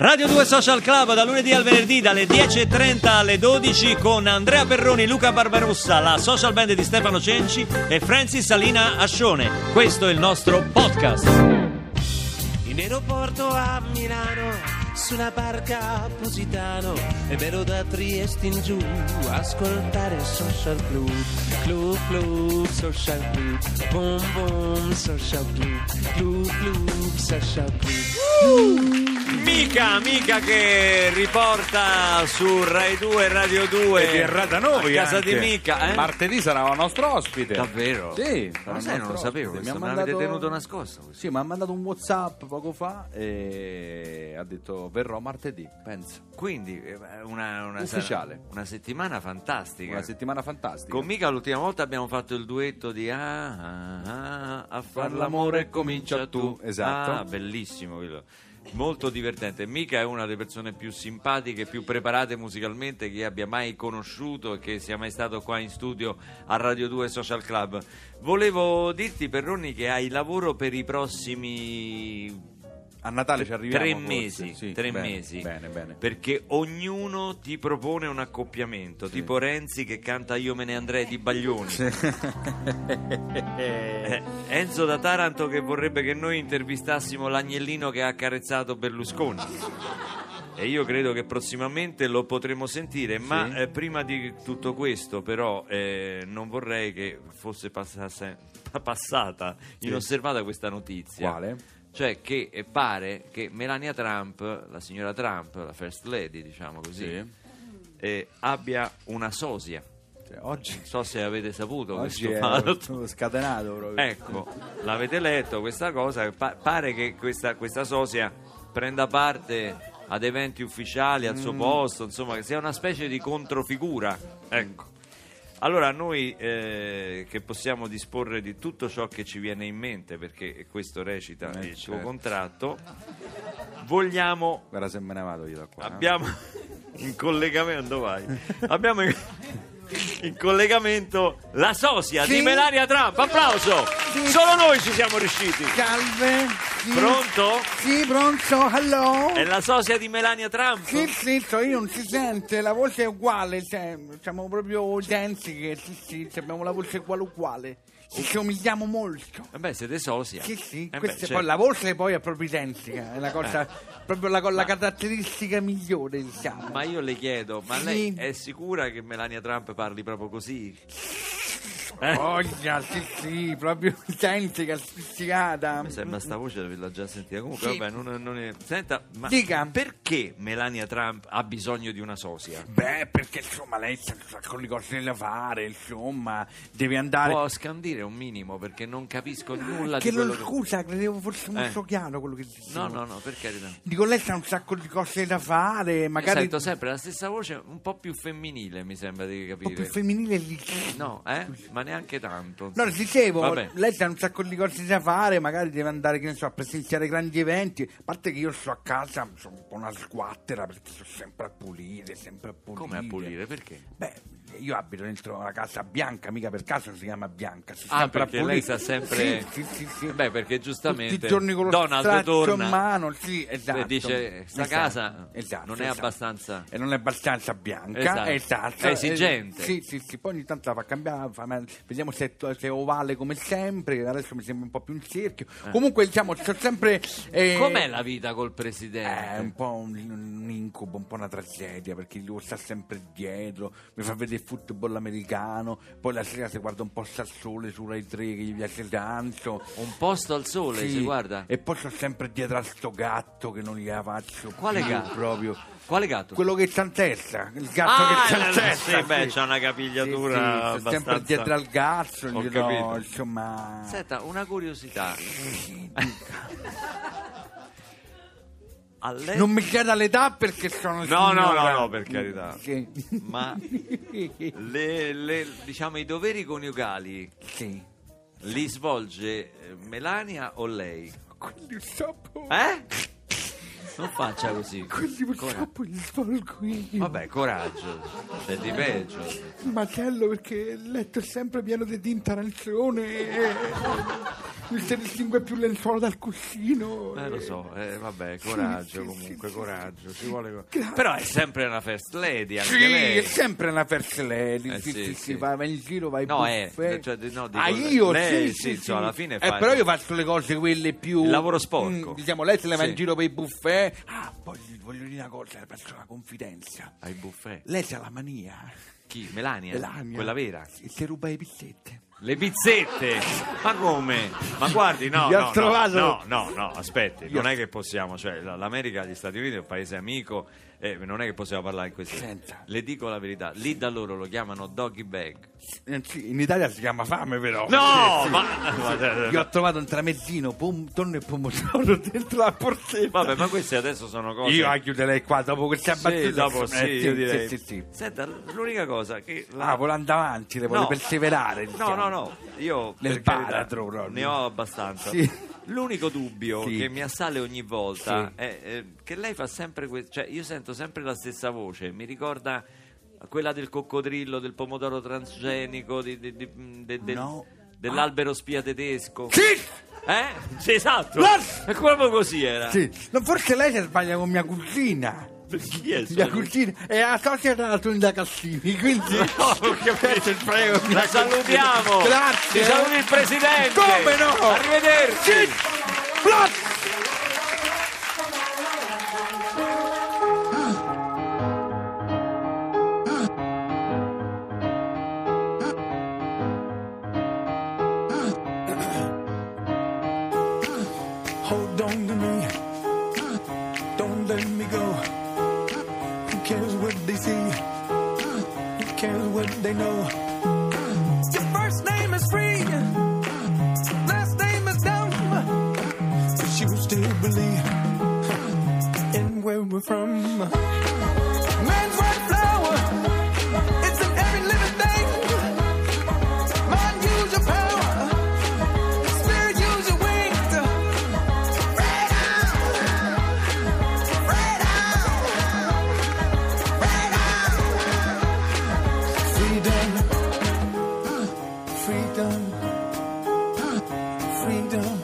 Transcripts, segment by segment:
Radio 2 Social Club da lunedì al venerdì dalle 10:30 alle 12 con Andrea Perroni, Luca Barbarossa, la social band di Stefano Cenci e Francis Salina Ascione. Questo è il nostro podcast. In aeroporto a Milano, sulla barca Positano, e vero da Trieste in giù, ascoltare Social Club, Club Club Social Club, Boom Boom Social Club, Club Club Social Club. Mica che riporta su Rai 2 Radio 2 e verrà da noi a casa anche. di Mica, eh? Martedì sarà il nostro ospite. Davvero? Sì, Ma sai, non lo sapevo questo, me l'avete tenuto nascosto. Sì, mi ha mandato un WhatsApp poco fa e ha detto verrò martedì, penso. Quindi una Ufficiale. Una settimana fantastica. Una settimana fantastica. Con Mica l'ultima volta abbiamo fatto il duetto di a far l'amore comincia tu. Esatto. Bellissimo quello. Molto divertente. Mica è una delle persone più simpatiche, più preparate musicalmente che abbia mai conosciuto e che sia mai stato qua in studio a Radio 2 Social Club. Volevo dirti, Perroni, che hai lavoro per i prossimi A Natale ci arriviamo. 3 forse. mesi, Sì, 3 bene, mesi. Bene. Perché ognuno ti propone un accoppiamento, tipo Renzi che canta Io me ne andrei di Baglioni. Enzo da Taranto che vorrebbe che noi intervistassimo l'agnellino che ha accarezzato Berlusconi. E io credo che prossimamente lo potremo sentire, ma prima di tutto questo però non vorrei che fosse passata inosservata questa notizia. Quale? Cioè che pare che Melania Trump, la signora Trump, la first lady, diciamo così, abbia una sosia. Cioè, oggi Non so se avete saputo oggi questo è fatto. scatenato proprio. Ecco, l'avete letto questa cosa? Pare che questa sosia prenda parte ad eventi ufficiali al suo posto, insomma, che sia una specie di controfigura. Ecco. Allora noi che possiamo disporre di tutto ciò che ci viene in mente, perché questo recita il suo contratto, vogliamo... Guarda se me ne vado io da qua. Abbiamo in collegamento, vai. Abbiamo in collegamento la sosia di Melania Trump. Applauso! Solo noi ci siamo riusciti. Salve. Sì. Pronto? Sì, pronto, hello. È la sosia di Melania Trump? Sì, io non si sente, la voce è uguale, siamo proprio identiche, sì, abbiamo la voce uguale. Ci somigliamo molto. Vabbè, siete sosia. Sì, beh, questa certo. poi la voce poi è proprio identica, è la cosa, proprio la caratteristica migliore, diciamo. Ma io le chiedo, ma Sì. lei è sicura che Melania Trump parli proprio così? Voglia, sì, proprio identica, spiccata. Mi sembra sta voce di averla già sentita. Comunque, Sì. vabbè, non è... Senta, ma Dica. perché Melania Trump ha bisogno di una sosia? Beh, perché insomma lei c'ha un sacco di cose da fare, insomma, deve andare... Può scandire un minimo, perché non capisco nulla Che di quello scusa, credevo fosse molto chiaro quello che dicevo. No, per carità. Dico, lei c'ha un sacco di cose da fare, magari Sento sempre la stessa voce, un po' più femminile, mi sembra di un po' capire. più femminile lì. No, ma neanche tanto. No, dicevo, Vabbè. lei c'ha un sacco di cose da fare, magari deve andare, che ne so, a presenziare grandi eventi. A parte che io sto a casa, sono un po' una sguattera perché sto sempre a pulire, Come a pulire? Perché? Beh, io abito dentro una casa bianca, mica per caso si chiama Bianca. Sto Ah, sempre a perché pulire. lei sta sempre... Sì. Beh, perché giustamente Tutti i giorni con lo Donald straccio torna in mano, sì, esatto. e dice, sta casa non è abbastanza... E non è abbastanza bianca, Esatto. esatto. È esigente. Sì, poi ogni tanto la fa cambiare, vediamo se è ovale come sempre, adesso mi sembra un po' più un cerchio. Comunque, diciamo, c'ho sempre... Com'è la vita col È presidente? un po' un incubo, un po' una tragedia, perché lui sta sempre dietro, mi fa vedere football americano, poi la sera si guarda un po' al sole su Rai 3 che gli piace tanto. Un posto al sole, Sì, si guarda? e poi sto sempre dietro a sto gatto che non gliela faccio Quale più, gatto? proprio. Quale gatto? Quello che c'ha in testa, il gatto che c'ha in testa. sì, beh, c'ha una capigliatura sto abbastanza... sempre dietro al gatto, Ho glielo, capito. insomma. Senta, una curiosità. A lei... Non mi chieda l'età perché sono No, per carità. Sì. Ma diciamo i doveri coniugali Sì. li svolge Melania o lei? Quelli purtroppo, Non faccia così. quelli purtroppo li svolgo io. Vabbè, coraggio, c'è di peggio. Macello, perché il letto è sempre pieno di tinta arancione. mi si distingue più lenzuolo dal cuscino. Lo so, vabbè, coraggio, sì, comunque, sì, coraggio, ci vuole Grazie. Però è sempre una first lady, anche Sì, lei. è sempre una first lady. Sì, sì. Vai in giro, vai No, buffet. cioè, no, dico, io lei, sì, insomma, alla fine fa però io faccio le cose quelle più il lavoro sporco. diciamo, lei se le va Sì. in giro per i buffet. Poi voglio dire una cosa, le faccio una confidenza. ai buffet. Lei c'ha la mania. Chi? Melania? Melania. Quella vera? Si ruba le pizzette. Le pizzette? Ma come? Ma guardi, no, Vi ho no, trovato- no, aspetti, non è che possiamo, cioè l'America, gli Stati Uniti è un paese amico, non è che possiamo parlare in questo. Senta. Le dico la verità, lì da loro lo chiamano doggy bag. Sì, in Italia si chiama fame però. No, Sì. ma Io ho trovato un tramezzino, tonno e pomodoro dentro la borsetta. vabbè, ma queste adesso sono cose. Io la chiuderei qua dopo questa battuta. Sì, dopo sì, io direi. Sì. Senta, l'unica cosa che Vuole andare avanti, le vuole No. perseverare. diciamo. No, io Nel per carità, baratro proprio. ne ho abbastanza. Sì. L'unico dubbio Sì. che mi assale ogni volta Sì. è che lei fa sempre cioè io sento sempre la stessa voce, mi ricorda quella del coccodrillo, del pomodoro transgenico, No. dell'albero spia tedesco. Sì! Sì, esatto. No. E proprio così era. Sì. No, forse lei si sbaglia con mia cugina. Chi è Mia sua- cugina è la socia della Tonda Cassini, quindi No, prego, la salutiamo. Grazie. Ti saluti il presidente. Come no? Arrivederci. Blocco! Hold on to me, don't let me go. Who cares what they see? Who cares what they know? Your first name is free, last name is dumb, but you still believe in where we're from. Man's white flower, it's in every living thing. Mind, use your power. Spirit, use your wings. Freedom, freedom.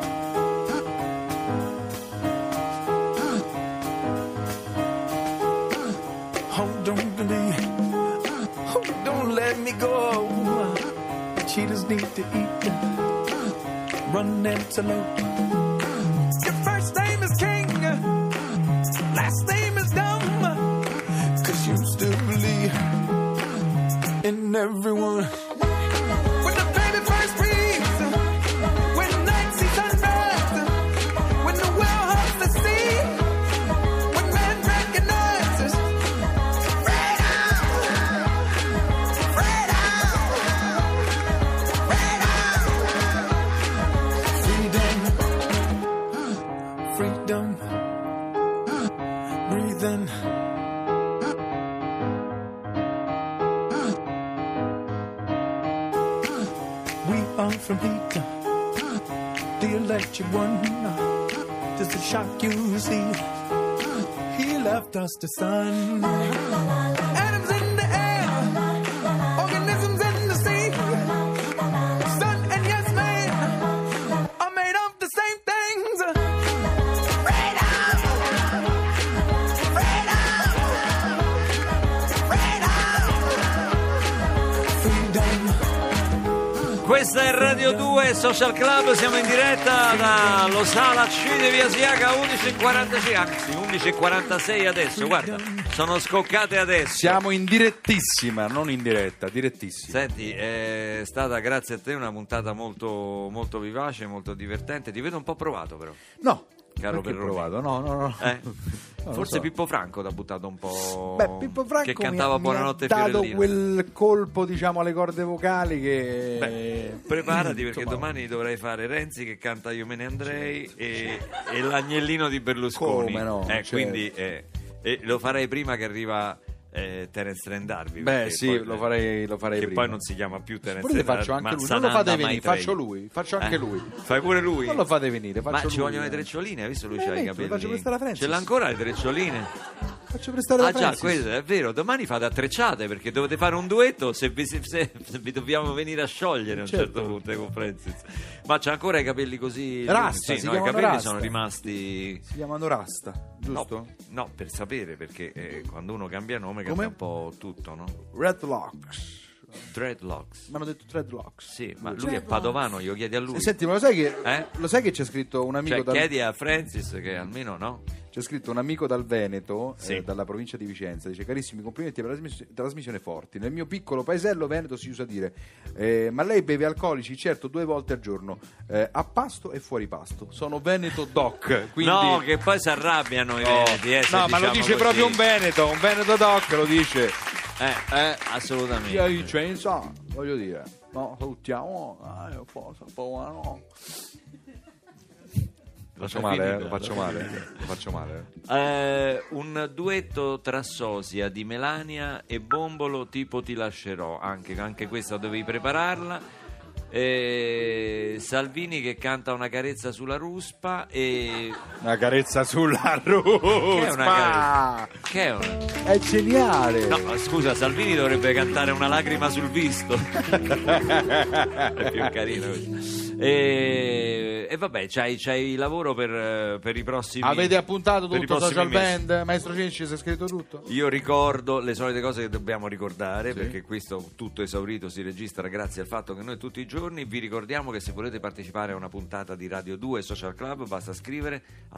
Hold on to me, don't let me go. Cheetahs need to eat, run antelope. Your first name is King, last name is Dumb, 'cause you still believe in everyone. When the baby first breathes, when night sees sunrise, when the well hugs the sea, when man recognizes freedom, freedom, freedom, breathe in. We are from heat, the electric one. Does it shock you, see? He left us the sun. Atoms in the air, organisms in the sea. Sun and yes man are made of the same things. Freedom! Freedom! Freedom! Questa è Radio 2 Social Club, siamo in diretta dallo Sala C di Via Siaga 11.45, anzi 11.46 adesso, guarda, sono scoccate adesso. Siamo in direttissima, non in diretta, direttissima. Senti, è stata grazie a te una puntata molto, molto vivace, molto divertente, ti vedo un po' provato però. No, Caro perché Perroni. provato? No. Non Forse so. Pippo Franco ti ha buttato un po'. Beh, Pippo Franco che cantava mi Buonanotte ha dato Fiorellino. quel colpo, diciamo, alle corde vocali che... Beh, preparati perché Insomma, domani dovrai fare Renzi che canta Io me ne andrei e l'agnellino di Berlusconi. Come no, certo. Quindi e lo farei prima che arriva Terence Trent D'Arby. Beh, perché sì, poi- lo farei che prima. poi non si chiama più Terence Pure Trent faccio D'Arby, anche ma lui, non lo fate Sananda venire, Maitreyi. faccio anche lui. Fai pure lui? Non lo fate venire, faccio Ma ci lui. vogliono le treccioline, hai visto lui c'ha i metto, capelli? faccio questa la Francis. Ce l'ha ancora le treccioline? Faccio prestare la Ah già, Francis. quello è vero, domani fate a trecciate perché dovete fare un duetto se vi dobbiamo venire a sciogliere a un certo punto con Francis. Ma c'ha ancora i capelli così Rasta, sì, si no, i chiamano capelli rasta. sono rimasti Si chiamano Rasta, giusto? no, no, per sapere perché quando uno cambia nome Come? cambia un po' tutto, no? Redlocks. Dreadlocks. Mi hanno detto Dreadlocks. Sì, ma lui è padovano, glielo chiedi a lui. Senti, ma lo sai che Eh? lo sai che c'è scritto un amico Cioè, chiedi a Francis che almeno no. C'è scritto un amico dal Veneto, Sì. dalla provincia di Vicenza, dice: carissimi, complimenti per la trasmissione Forti. Nel mio piccolo paesello Veneto si usa dire ma lei beve alcolici? Certo, 2 volte al giorno, a pasto e fuori pasto. Sono Veneto Doc, quindi... No, che poi si arrabbiano i veneti. Se no, ma lo diciamo dice così. proprio un Veneto Doc lo dice. Assolutamente. Io Vicenza, voglio dire, no, salutiamo, forza, no. Lo faccio male, lo faccio male. Un duetto tra sosia di Melania e Bombolo tipo Ti lascerò, anche questa dovevi prepararla. Salvini che canta Una carezza sulla ruspa e Una carezza sulla che è una ruspa. carezza? Che è una... È geniale. No, scusa, Salvini dovrebbe cantare Una lacrima sul visto. È più carino così. E vabbè, c'hai lavoro per i prossimi. Avete appuntato per i tutto prossimi social mesi. band? Maestro Cenci, si è scritto tutto? Io ricordo le solite cose che dobbiamo ricordare, Sì. perché questo tutto esaurito si registra grazie al fatto che noi tutti i giorni vi ricordiamo che se volete partecipare a una puntata di Radio 2 Social Club basta scrivere a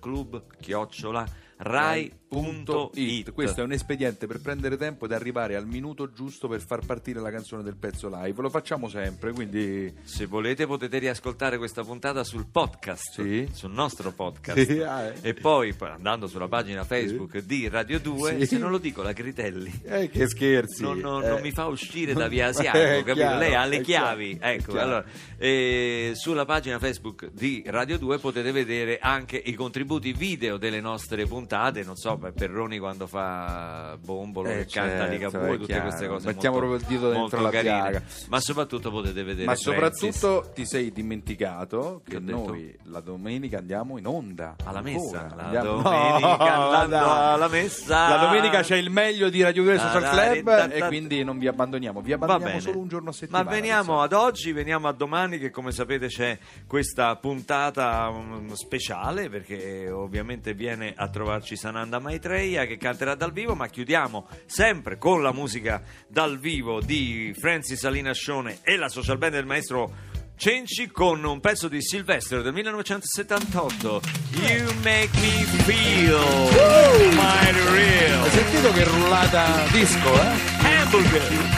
socialclub@rai.it. Questo è un espediente per prendere tempo ed arrivare al minuto giusto per far partire la canzone del pezzo live. Lo facciamo sempre, quindi Se volete potete riascoltare questa puntata sul podcast, Sì. sul nostro podcast. Sì, E poi andando sulla pagina Facebook di Radio 2, Sì. se non lo dico la Critelli che scherzi. non mi fa uscire da via Asiago, capito? chiaro, Lei ha le è chiavi, chiaro, è ecco. chiaro. Allora, sulla pagina Facebook di Radio 2 potete vedere anche i contributi video delle nostre puntate. Non so, Perroni quando fa Bombolo che canta Ligabue, è tutte chiaro. queste cose Mettiamo molto, proprio il dito dentro molto la carine. piaga. Ma soprattutto potete vedere Ma Francis. soprattutto ti sei dimenticato che Che ho detto? noi la domenica andiamo in onda alla messa, ancora. la Andiamo- domenica No, andando dai. alla messa. La domenica c'è il meglio di Radio 2 Social Club Ta-ta-ta-ta. e quindi non vi abbandoniamo. Vi Va abbandoniamo bene. solo un giorno a Ma settimana. veniamo ad oggi, veniamo a domani, che come sapete c'è questa puntata speciale, perché ovviamente viene a trovarci Sananda Maitreya che canterà dal vivo, ma chiudiamo sempre con la musica dal vivo di Francis Alinascione e la social band del maestro Cenci con un pezzo di Silvestro del 1978, You Make Me Feel Mighty Real. Hai sentito che rullata disco, Hamburger.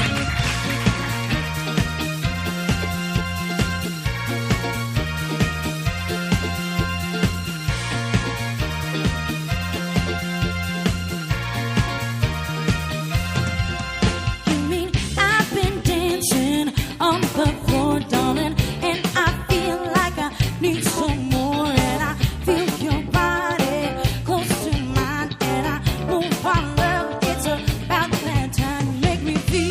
You mean I've been dancing on the floor, darling, and I feel like I need some more, and I feel your body close to mine, and I move on, love. It's about that time. You make me feel.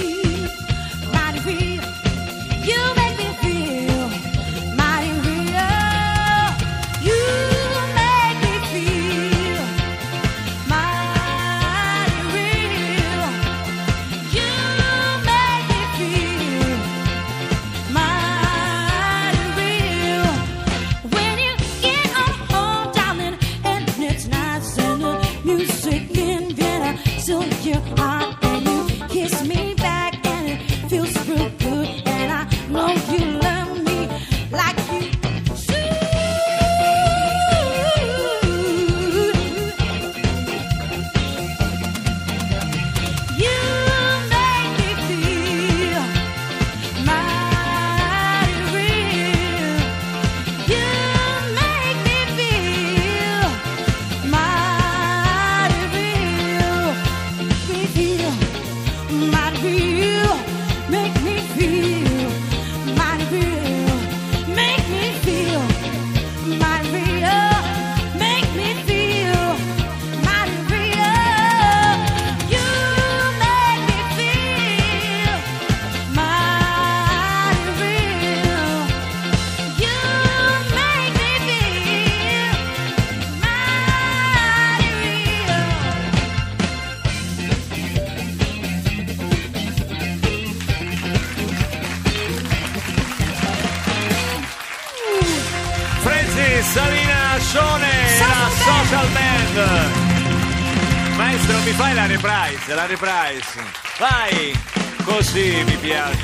Salina Scione, la Social Band. Maestro, mi fai la reprise. Vai, così mi piace.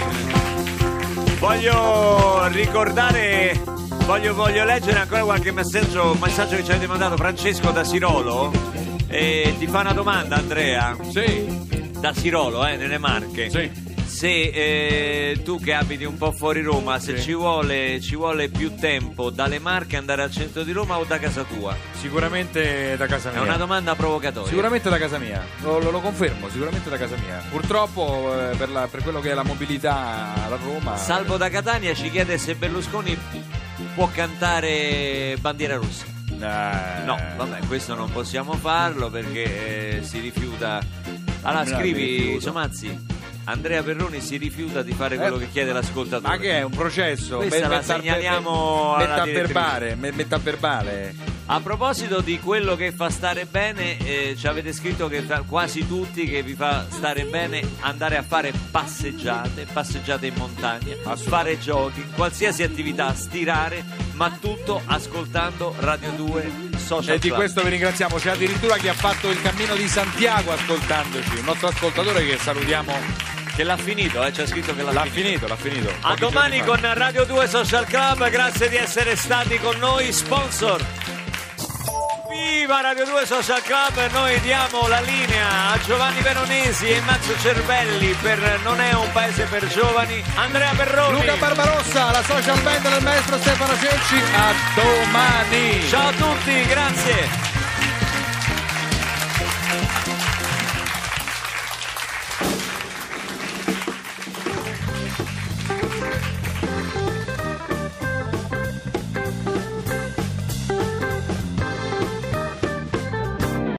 Voglio ricordare, voglio leggere ancora qualche messaggio che ci avete mandato. Francesco da Sirolo ti fa una domanda, Andrea. Sì. Da Sirolo, nelle Marche. Sì. Se tu che abiti un po' fuori Roma, se ci vuole più tempo dalle Marche andare al centro di Roma o da casa tua? Sicuramente da casa mia. È una domanda provocatoria. Sicuramente da casa mia, lo confermo, sicuramente da casa mia. Purtroppo per quello che è la mobilità a Roma. Salvo da Catania ci chiede se Berlusconi può cantare Bandiera Rossa. No, vabbè, questo non possiamo farlo perché si rifiuta. Allora scrivi, Somazzi, Andrea Perroni si rifiuta di fare quello che chiede l'ascoltatore. Ma che è un processo? Questa la segnaliamo alla direttrice. Metta a verbale. A proposito di quello che fa stare bene, ci avete scritto che quasi tutti che vi fa stare bene andare a fare passeggiate in montagna, fare giochi, qualsiasi attività, stirare, ma tutto ascoltando Radio 2 Social E di Club. questo vi ringraziamo. C'è addirittura chi ha fatto il cammino di Santiago ascoltandoci, un nostro ascoltatore che salutiamo. Che l'ha finito, c'è scritto che l'ha finito. L'ha finito. A Pochi domani giorni fa. con Radio 2 Social Club, grazie di essere stati con noi, sponsor. Viva Radio 2 Social Club, noi diamo la linea a Giovanni Veronesi e Max Cervelli per Non è un paese per giovani, Andrea Perroni, Luca Barbarossa, la social band del maestro Stefano Cenci, a domani. ciao a tutti, grazie.